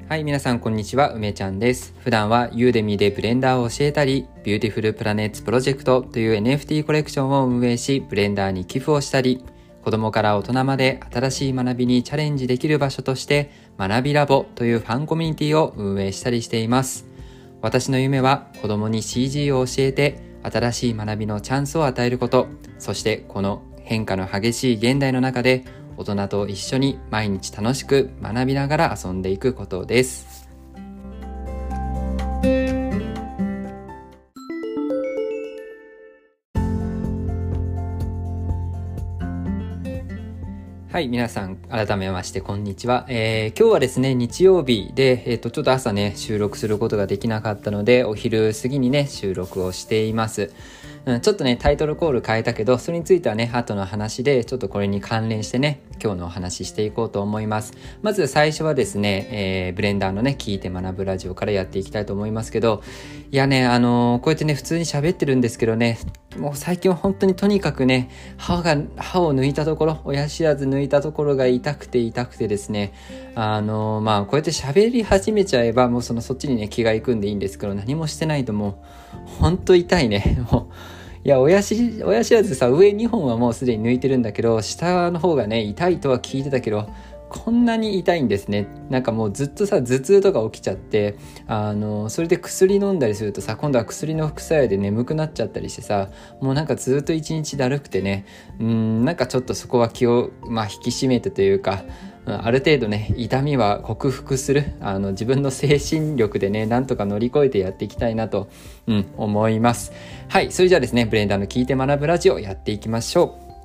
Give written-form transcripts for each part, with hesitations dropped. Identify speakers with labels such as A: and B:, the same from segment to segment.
A: はい、皆さんこんにちは、梅ちゃんです。普段はユーデミでブレンダーを教えたり、ビューティフルプラネッツプロジェクトという NFT コレクションを運営し、ブレンダーに寄付をしたり、子供から大人まで新しい学びにチャレンジできる場所として、学びラボというファンコミュニティを運営したりしています。私の夢は子供に CG を教えて、新しい学びのチャンスを与えること、そしてこの変化の激しい現代の中で、大人と一緒に毎日楽しく学びながら遊んでいくことです。はい、皆さん改めましてこんにちは。今日はですね、日曜日で、ちょっと朝ね収録することができなかったので、お昼過ぎにね収録をしています。ちょっとねタイトルコール変えたけど、それについてはね後の話で、ちょっとこれに関連してね今日のお話ししていこうと思います。まず最初はですね、ブレンダーのね聞いて学ぶラジオからやっていきたいと思いますけど、いやねこうやってね普通に喋ってるんですけどね、もう最近は本当にとにかくね歯を抜いたところ、親知らず抜いたところが痛くてですね、こうやって喋り始めちゃえばもうそっちにね気がいくんでいいんですけど、何もしてないともう本当痛いね。もういや親知らずさ、上2本はもうすでに抜いてるんだけど、下の方がね痛いとは聞いてたけど、こんなに痛いんですね。なんかもうずっとさ頭痛とか起きちゃって、それで薬飲んだりするとさ、今度は薬の副作用で眠くなっちゃったりしてさ、もうなんかずっと一日だるくてね、なんかちょっとそこは気を、引き締めてというか、ある程度ね痛みは克服する、自分の精神力でねなんとか乗り越えてやっていきたいなと、思います。はい、それじゃあですね、ブレンダーの聞いて学ぶラジオやっていきましょう。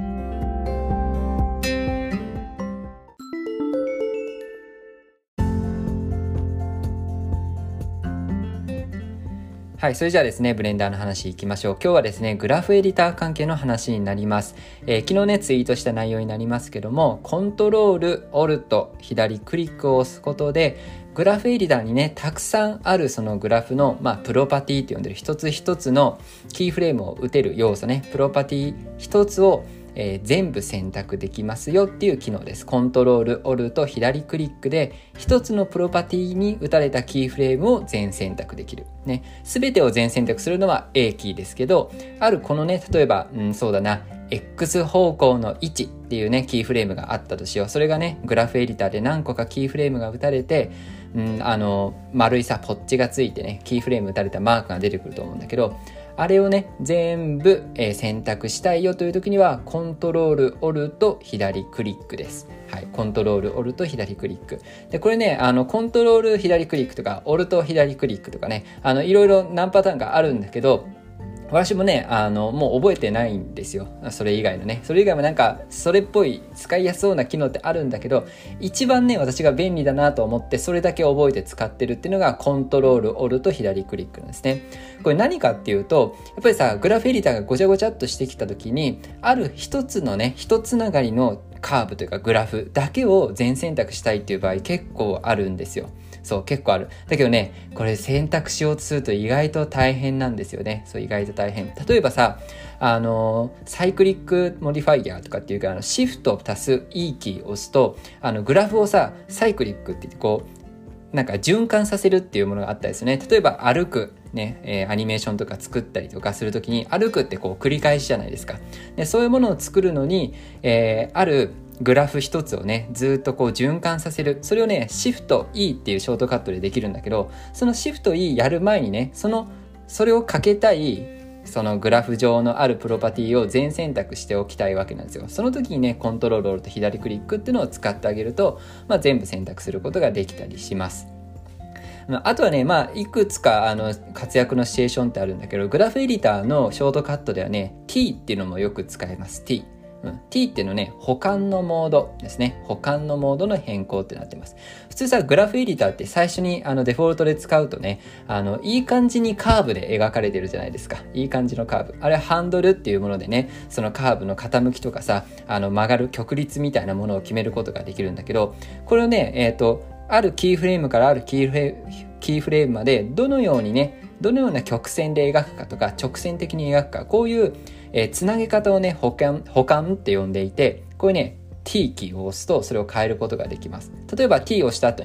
A: はい、それじゃあですね、ブレンダーの話いきましょう。今日はですね、グラフエディター関係の話になります。昨日ね、ツイートした内容になりますけども、コントロール、オルト、左クリックを押すことで、グラフエディターにね、たくさんあるそのグラフの、プロパティって呼んでる一つ一つのキーフレームを打てる要素ね、プロパティ一つを全部選択できますよっていう機能です。コントロール、オルト、左クリックで一つのプロパティに打たれたキーフレームを全選択できる。ね、全てを全選択するのは A キーですけど、あるこのね、例えば、そうだな、X 方向の位置っていうね、キーフレームがあったとしよう。それがね、グラフエディターで何個かキーフレームが打たれて、丸いさ、ポッチがついてね、キーフレーム打たれたマークが出てくると思うんだけど、あれをね全部、選択したいよという時にはコントロールオルト左クリックです。はい、コントロールオルト左クリックで、これねコントロール左クリックとかオルト左クリックとかね、いろいろ何パターンかあるんだけど、私もねもう覚えてないんですよ。それ以外もなんかそれっぽい使いやすそうな機能ってあるんだけど、一番ね私が便利だなと思ってそれだけ覚えて使ってるっていうのがコントロールオルト左クリックなんですね。これ何かっていうと、やっぱりさグラフエディターがごちゃごちゃっとしてきた時に、ある一つのね一つながりのカーブというかグラフだけを全選択したいっていう場合結構あるんですよ。そう結構ある。だけどね、これ選択しようとすると意外と大変なんですよね。そう意外と大変。例えばさサイクリックモディファイヤーとかっていうか、シフト足す E キーを押すとグラフをさサイクリックって言ってこうなんか循環させるっていうものがあったりするね。例えば歩くね、アニメーションとか作ったりとかするときに、歩くってこう繰り返しじゃないですか。でそういうものを作るのに、あるグラフ一つをねずっとこう循環させる。それをねシフト E っていうショートカットでできるんだけど、そのシフト E やる前にねそれをかけたいそのグラフ上のあるプロパティを全選択しておきたいわけなんですよ。その時にねコントロールオルト左クリックっていうのを使ってあげると、全部選択することができたりします。あとはね、いくつか活躍のシチュエーションってあるんだけど、グラフエディターのショートカットではね T っていうのもよく使えます。T っていうのね、保管のモードですね。保管のモードの変更ってなってます。普通さ、グラフエディターって最初にデフォルトで使うとね、いい感じにカーブで描かれてるじゃないですか。いい感じのカーブ。あれはハンドルっていうものでね、そのカーブの傾きとかさ、曲がる曲率みたいなものを決めることができるんだけど、これをね、あるキーフレームからあるキーフレームまでどのような曲線で描くかとか直線的に描くか、こういうつなげ方をね保管って呼んでいて、こういうね T キーを押すとそれを変えることができます。例えば T を押した後にね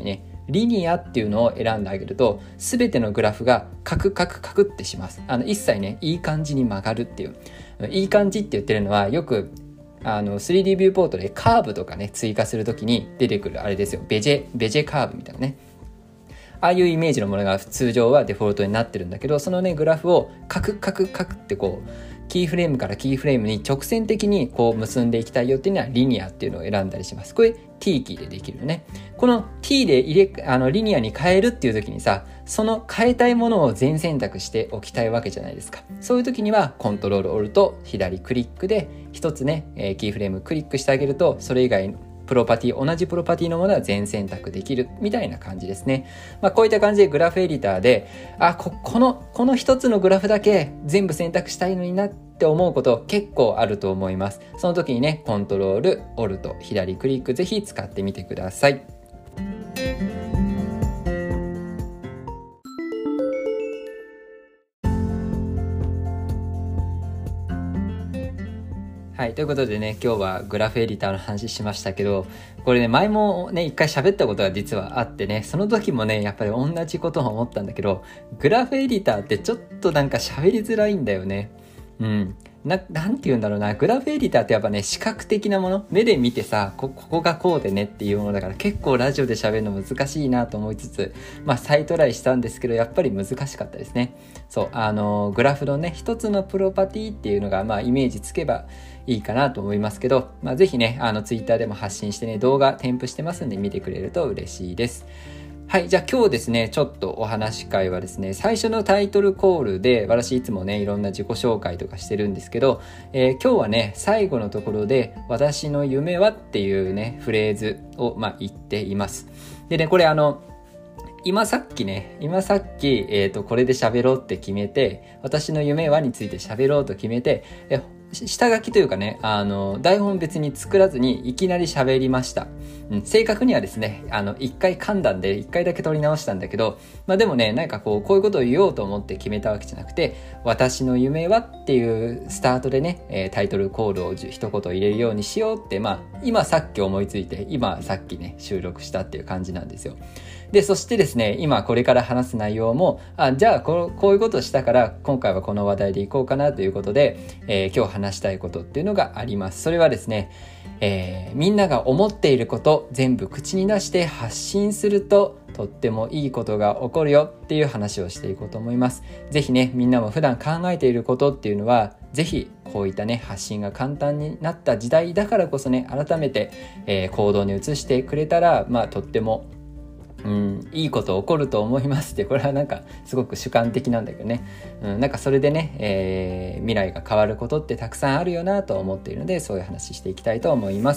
A: リニアっていうのを選んであげると、全てのグラフがカクカクカクってします。一切ね、いい感じに曲がるっていう。いい感じって言ってるのは、よく3D ビューポートでカーブとかね追加するときに出てくるあれですよ、ベジェカーブみたいなね、ああいうイメージのものが通常はデフォルトになってるんだけど、そのねグラフをカクカクカクってこうキーフレームからキーフレームに直線的にこう結んでいきたいよっていうのはリニアっていうのを選んだりします。これ T キーでできるよね。この T でリニアに変えるっていう時にさ、その変えたいものを全選択しておきたいわけじゃないですか。そういう時にはコントロールオルト左クリックで一つね、キーフレームクリックしてあげると、それ以外のプロパティ、同じプロパティのものは全選択できるみたいな感じですね。こういった感じでグラフエディターでこの一つのグラフだけ全部選択したいのになって思うこと結構あると思います。その時にね、コントロールオルト左クリックぜひ使ってみてください。はい、ということでね、今日はグラフエディターの話しましたけど、これね、前もね、一回喋ったことが実はあってね、その時もね、やっぱり同じことを思ったんだけど、グラフエディターってちょっとなんか喋りづらいんだよね。なんて言うんだろうな、グラフエディターってやっぱね、視覚的なもの、目で見てさ、ここがこうでねっていうものだから、結構ラジオで喋るの難しいなと思いつつ、再トライしたんですけど、やっぱり難しかったですね。そう、グラフのね、一つのプロパティっていうのが、イメージつけばいいかなと思いますけど、ぜひね、ツイッターでも発信してね、動画添付してますんで見てくれると嬉しいです。はい、じゃあ今日ですね、ちょっとお話し会はですね、最初のタイトルコールで、私いつもね、いろんな自己紹介とかしてるんですけど、今日はね、最後のところで、私の夢はっていうね、フレーズを、言っています。でね、これ今さっき、これで喋ろうって決めて、私の夢はについて喋ろうと決めて、下書きというかね、台本別に作らずにいきなり喋りました。正確にはですね、一回噛んだんで、一回だけ撮り直したんだけど、でもね、なんかこういうことを言おうと思って決めたわけじゃなくて、私の夢はっていうスタートでね、タイトルコールを一言入れるようにしようって、今さっき思いついて、今さっきね、収録したっていう感じなんですよ。で、そしてですね、今これから話す内容も、じゃあこういうことをしたから、今回はこの話題でいこうかなということで、今日話したいことっていうのがあります。それはですね、みんなが思っていること全部口に出して発信するととってもいいことが起こるよっていう話をしていこうと思います。ぜひね、みんなも普段考えていることっていうのは、ぜひこういったね、発信が簡単になった時代だからこそね、改めて、行動に移してくれたら、とってもいいこと起こると思いますって、これはなんかすごく主観的なんだけどね、なんかそれでね、未来が変わることってたくさんあるよなと思っているので、そういう話していきたいと思います。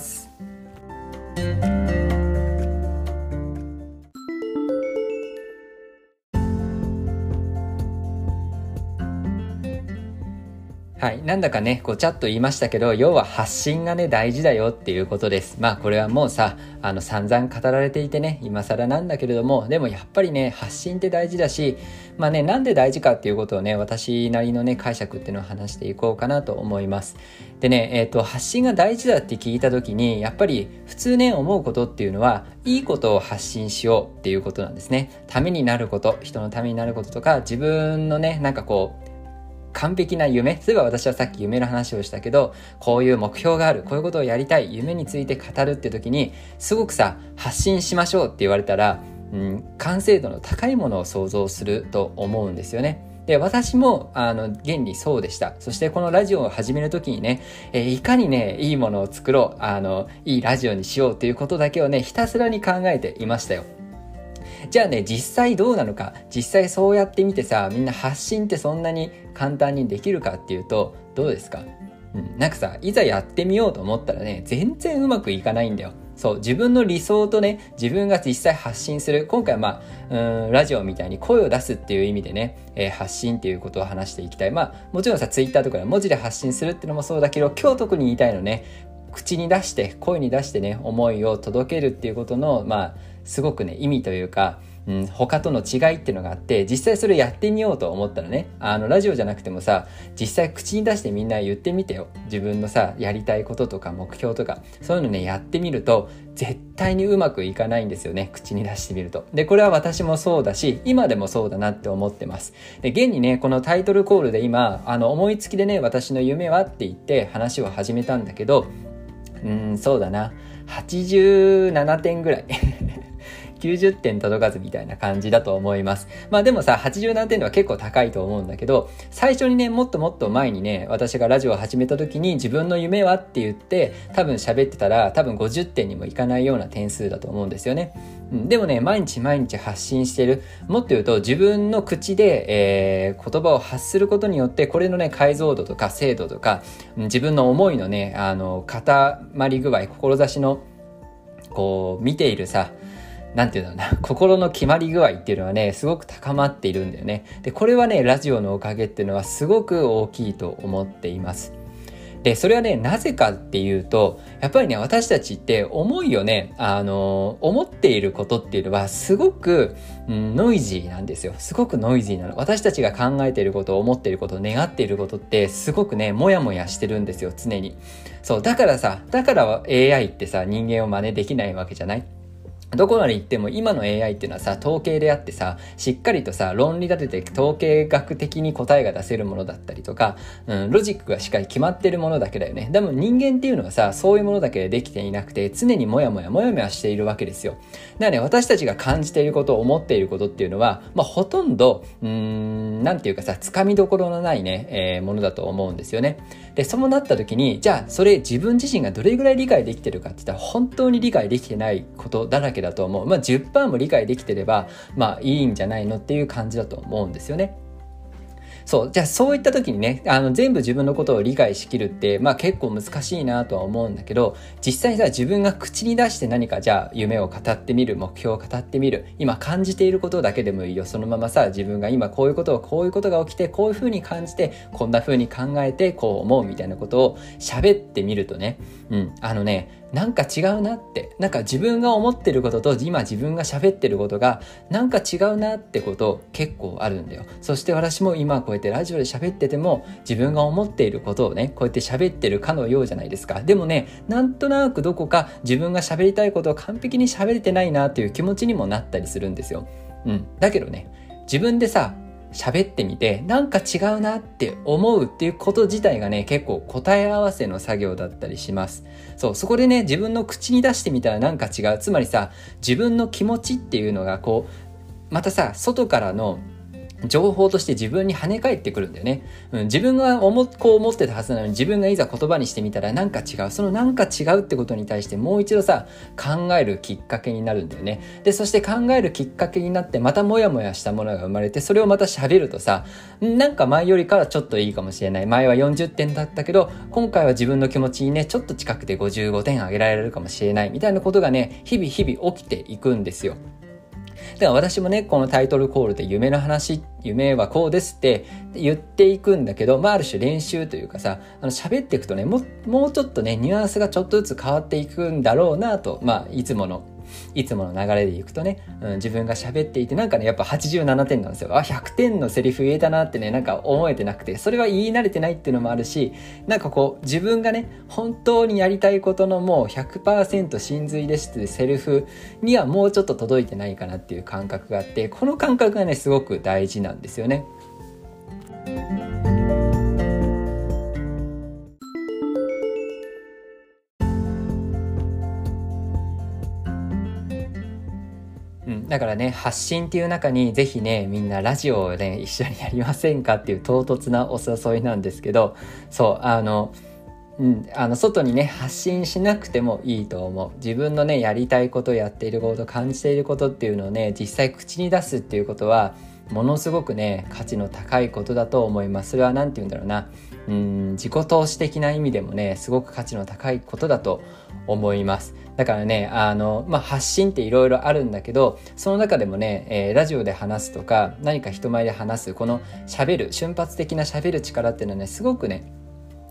A: はい、なんだかね、ごちゃっと言いましたけど、要は発信がね、大事だよっていうことです。これはもうさ、散々語られていてね、今更なんだけれども、でもやっぱりね、発信って大事だし、なんで大事かっていうことをね、私なりのね、解釈っていうのを話していこうかなと思います。でね、発信が大事だって聞いた時に、やっぱり普通ね、思うことっていうのは、いいことを発信しようっていうことなんですね。ためになること、人のためになることとか、自分のね、なんかこう、完璧な夢、そういえば私はさっき夢の話をしたけど、こういう目標がある、こういうことをやりたい、夢について語るって時に、すごくさ、発信しましょうって言われたら、完成度の高いものを想像すると思うんですよね。で、私も現にそうでした。そしてこのラジオを始める時にね、いかにね、いいものを作ろう、いいラジオにしようっていうことだけをね、ひたすらに考えていましたよ。じゃあね、実際どうなのか、実際そうやってみてさ、みんな発信ってそんなに簡単にできるかっていうと、どうですか？なんかさ、いざやってみようと思ったらね、全然うまくいかないんだよ。そう、自分の理想とね、自分が実際発信する、今回はラジオみたいに声を出すっていう意味でね、発信っていうことを話していきたい。もちろんさ、ツイッターとかで文字で発信するっていうのもそうだけど、今日特に言いたいのね、口に出して、声に出してね、思いを届けるっていうことの、すごくね、意味というか、 他との違いっていうのがあって、実際それやってみようと思ったらね、ラジオじゃなくてもさ、実際口に出してみんな言ってみてよ。自分のさ、やりたいこととか目標とか、そういうのね、やってみると絶対にうまくいかないんですよね、口に出してみると。で、これは私もそうだし、今でもそうだなって思ってます。で、現にね、このタイトルコールで今思いつきでね、私の夢はって言って話を始めたんだけど、そうだな、87点ぐらい90点届かずみたいな感じだと思います。まあでもさ、87点では結構高いと思うんだけど、最初にね、もっともっと前にね、私がラジオを始めた時に自分の夢はって言って多分喋ってたら、多分50点にもいかないような点数だと思うんですよね。でもね、毎日毎日発信してる、もっと言うと自分の口で、言葉を発することによって、これのね、解像度とか精度とか、自分の思いのね、固まり具合、志のこう見ているさ、なんていうんだろうな、心の決まり具合っていうのはね、すごく高まっているんだよね。で、これはね、ラジオのおかげっていうのはすごく大きいと思っています。で、それはね、なぜかっていうと、やっぱりね、私たちって思いをね、思っていることっていうのはすごく、ノイジーなんですよ。すごくノイジーなの。私たちが考えていること、思っていること、願っていることってすごくね、もやもやしてるんですよ、常に。そう、だから AI ってさ、人間を真似できないわけじゃない？どこまで行っても今の AI っていうのはさ、統計であってさ、しっかりとさ、論理立てて統計学的に答えが出せるものだったりとか、ロジックがしっかり決まってるものだけだよね。でも人間っていうのはさ、そういうものだけでできていなくて、常にもやもやしているわけですよ。だからね、私たちが感じていること、思っていることっていうのは、ほとんど、なんていうかさ、掴みどころのないね、ものだと思うんですよね。で、そうなった時に、じゃあそれ自分自身がどれぐらい理解できてるかって言ったら、本当に理解できてないことだらけだと思う。10% も理解できてればいいんじゃないのっていう感じだと思うんですよね。そう、じゃあそういった時にね、全部自分のことを理解しきるって、結構難しいなとは思うんだけど、実際にさ、自分が口に出して何か、じゃあ夢を語ってみる、目標を語ってみる、今感じていることだけでもいいよ。そのままさ、自分が今こういうことが起きて、こういう風に感じて、こんな風に考えて、こう思うみたいなことを喋ってみるとね、なんか違うなって、なんか自分が思ってることと今自分が喋ってることがなんか違うなってこと結構あるんだよ。そして私も今こうやってラジオで喋ってても、自分が思っていることをね、こうやって喋ってるかのようじゃないですか。でもね、なんとなくどこか自分が喋りたいことを完璧に喋れてないなっていう気持ちにもなったりするんですよ。だけどね、自分でさ、喋ってみてなんか違うなって思うっていうこと自体がね、結構答え合わせの作業だったりします。そう、そこでね、自分の口に出してみたらなんか違う。つまりさ、自分の気持ちっていうのがこうまたさ、外からの情報として自分に跳ね返ってくるんだよね。自分がこう思ってたはずなのに、自分がいざ言葉にしてみたらなんか違う。そのなんか違うってことに対してもう一度さ、考えるきっかけになるんだよね。で、そして考えるきっかけになって、またモヤモヤしたものが生まれて、それをまた喋るとさ、なんか前よりかはちょっといいかもしれない。前は40点だったけど、今回は自分の気持ちにね、ちょっと近くて55点あげられるかもしれないみたいなことがね、日々起きていくんですよ。だから私もね、このタイトルコールで夢はこうですって言っていくんだけど、ある種練習というかさ、喋っていくとね、もうちょっとね、ニュアンスがちょっとずつ変わっていくんだろうなと、いつもの流れでいくとね、自分が喋っていてなんかね、やっぱ87点なんですよ。100点のセリフ言えたなってね、なんか思えてなくて、それは言い慣れてないっていうのもあるし、なんかこう自分がね、本当にやりたいことのもう 100% 真髄ですってセリフにはもうちょっと届いてないかなっていう感覚があって、この感覚がね、すごく大事なんですよね。だからね、発信っていう中にぜひね、みんなラジオをね、一緒にやりませんかっていう唐突なお誘いなんですけど、そう外にね、発信しなくてもいいと思う。自分のね、やりたいこと、やっていること、感じていることっていうのをね、実際口に出すっていうことはものすごくね、価値の高いことだと思います。それはなんて言うんだろうな、自己投資的な意味でもね、すごく価値の高いことだと思います。だからね、発信っていろいろあるんだけど、その中でもね、ラジオで話すとか何か人前で話す、この瞬発的な喋る力っていうのはね、すごくね、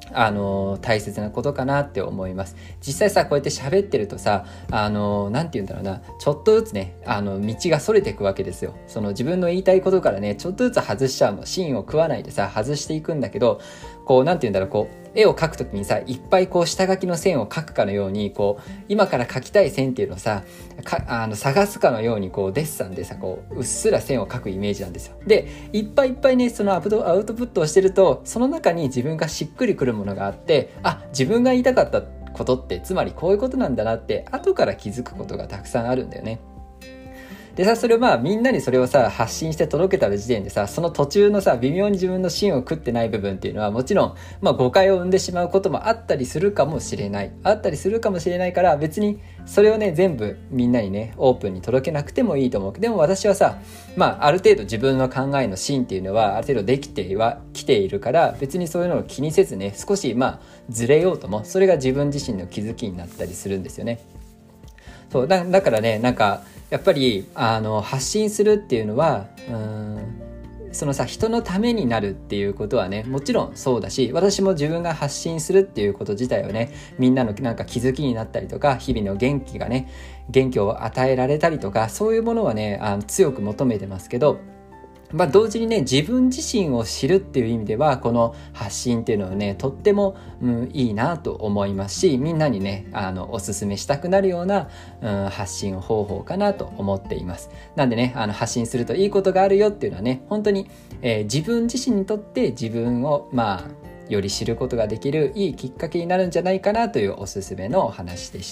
A: 大切なことかなって思います。実際さ、こうやって喋ってるとさ、なんて言うんだろうな、ちょっとずつね、道がそれていくわけですよ。その自分の言いたいことからね、ちょっとずつ外しちゃうの。芯を食わないでさ、外していくんだけど、こう、なんて言うんだろう、こう、絵を描くときにさ、いっぱいこう下書きの線を描くかのように、こう、今から描きたい線っていうのをさ、探すかのように、こう、デッサンでさ、こう、うっすら線を描くイメージなんですよ。で、いっぱいいっぱいね、そのアウトプットをしてると、その中に自分がしっくりくるものがあって、あ、自分が言いたかったことってつまりこういうことなんだなって後から気づくことがたくさんあるんだよね。でさ、それをみんなにそれをさ発信して届けた時点でさ、その途中のさ微妙に自分の芯を食ってない部分っていうのはもちろん誤解を生んでしまうこともあったりするかもしれないから、別にそれをね全部みんなにねオープンに届けなくてもいいと思う。でも私はさ、ある程度自分の考えの芯っていうのはある程度できてはきているから、別にそういうのを気にせずね、少しずれようとも、それが自分自身の気づきになったりするんですよね。そうだからね、なんかやっぱり発信するっていうのはそのさ、人のためになるっていうことはね、もちろんそうだし、私も自分が発信するっていうこと自体はね、みんなのなんか気づきになったりとか、日々の元気を与えられたりとか、そういうものはね強く求めてますけど、同時にね、自分自身を知るっていう意味ではこの発信っていうのはね、とっても、いいなと思いますし、みんなにねおすすめしたくなるような、発信方法かなと思っています。なんでね、発信するといいことがあるよっていうのはね、本当に、自分自身にとって自分をより知ることができるいいきっかけになるんじゃないかなというおすすめのお話でした。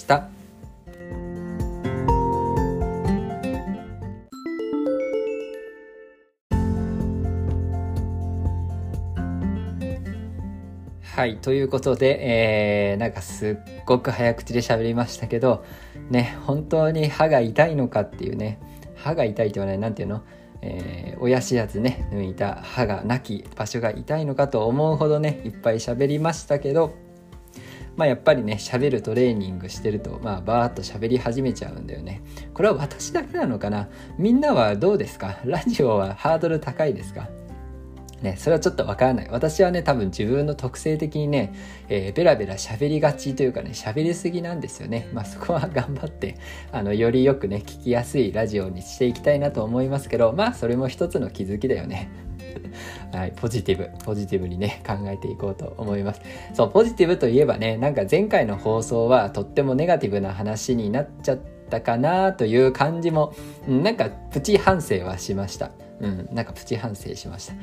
A: はい、ということで、なんかすっごく早口で喋りましたけどね、本当に歯が痛いのかっていうね、歯が痛いって言わない、なんていうの、親知らずね抜いた歯がなき場所が痛いのかと思うほどね、いっぱい喋りましたけど、やっぱりね、喋るトレーニングしてるとバーッと喋り始めちゃうんだよね。これは私だけなのかな。みんなはどうですか？ラジオはハードル高いですかね？それはちょっとわからない。私はね、多分自分の特性的にね、ベラベラ喋りがちというかね、喋りすぎなんですよね。そこは頑張ってよりよくね聞きやすいラジオにしていきたいなと思いますけど、それも一つの気づきだよね。はい、ポジティブにね考えていこうと思います。そう、ポジティブといえばね、なんか前回の放送はとってもネガティブな話になっちゃったかなという感じも、なんかプチ反省はしました。なんかプチ反省しました。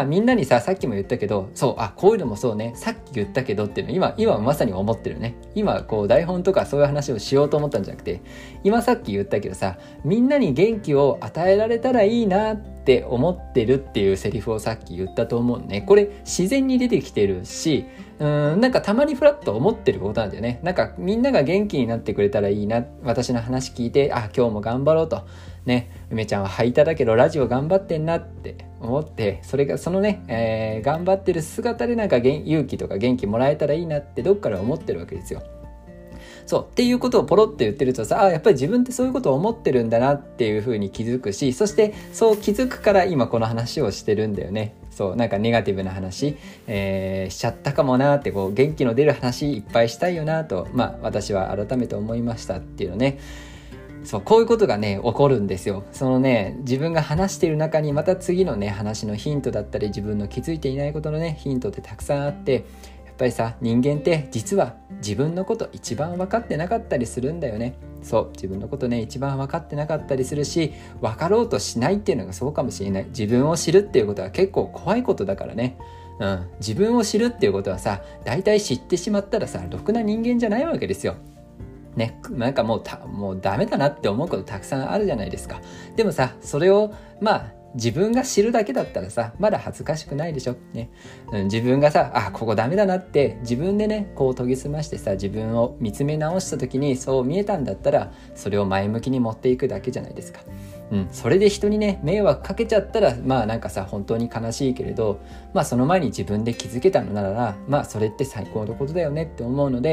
A: みんなにさっきも言ったけど、そう、こういうのもそうね、さっき言ったけどっていうの今まさに思ってるね。今こう台本とかそういう話をしようと思ったんじゃなくて、今さっき言ったけどさ、みんなに元気を与えられたらいいなって思ってるっていうセリフをさっき言ったと思うね。これ自然に出てきてるし、なんかたまにフラッと思ってることなんだよね。なんかみんなが元気になってくれたらいいな、私の話聞いて、今日も頑張ろうとね、梅ちゃんは吐いただけどラジオ頑張ってんなって思って、それがそのね、頑張ってる姿でなんか勇気とか元気もらえたらいいなってどっから思ってるわけですよ。そうっていうことをポロって言ってるとさ、やっぱり自分ってそういうことを思ってるんだなっていう風に気づくし、そしてそう気づくから今この話をしてるんだよね。そう、なんかネガティブな話、しちゃったかもなって、こう元気の出る話いっぱいしたいよなと、私は改めて思いましたっていうのね。そう、こういうことがね起こるんですよ。そのね、自分が話している中にまた次のね話のヒントだったり、自分の気づいていないことのねヒントってたくさんあって、やっぱりさ、人間って実は自分のこと一番分かってなかったりするんだよね。そう、自分のことね一番分かってなかったりするし、分かろうとしないっていうのがそうかもしれない。自分を知るっていうことは結構怖いことだからね。自分を知るっていうことはさ、大体知ってしまったらさ、ろくな人間じゃないわけですよね。なんかもうダメだなって思うことたくさんあるじゃないですか。でもさ、それを自分が知るだけだったらさ、まだ恥ずかしくないでしょ、ね。自分がさ、ここダメだなって自分でねこう研ぎ澄ましてさ、自分を見つめ直した時にそう見えたんだったら、それを前向きに持っていくだけじゃないですか。それで人にね迷惑かけちゃったらなんかさ本当に悲しいけれど、その前に自分で気づけたのならそれって最高のことだよねって思うので、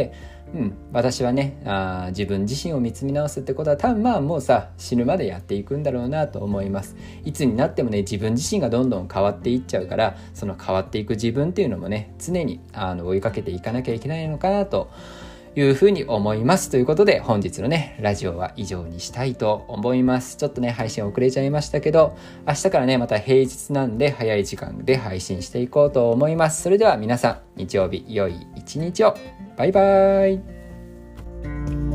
A: 私はね自分自身を見つめ直すってことは多分もうさ死ぬまでやっていくんだろうなと思います。いつになってもね自分自身がどんどん変わっていっちゃうから、その変わっていく自分っていうのもね常に追いかけていかなきゃいけないのかなというふうに思います。ということで本日のねラジオは以上にしたいと思います。ちょっとね配信遅れちゃいましたけど、明日からねまた平日なんで早い時間で配信していこうと思います。それでは皆さん日曜日良い一日を。バイバーイ。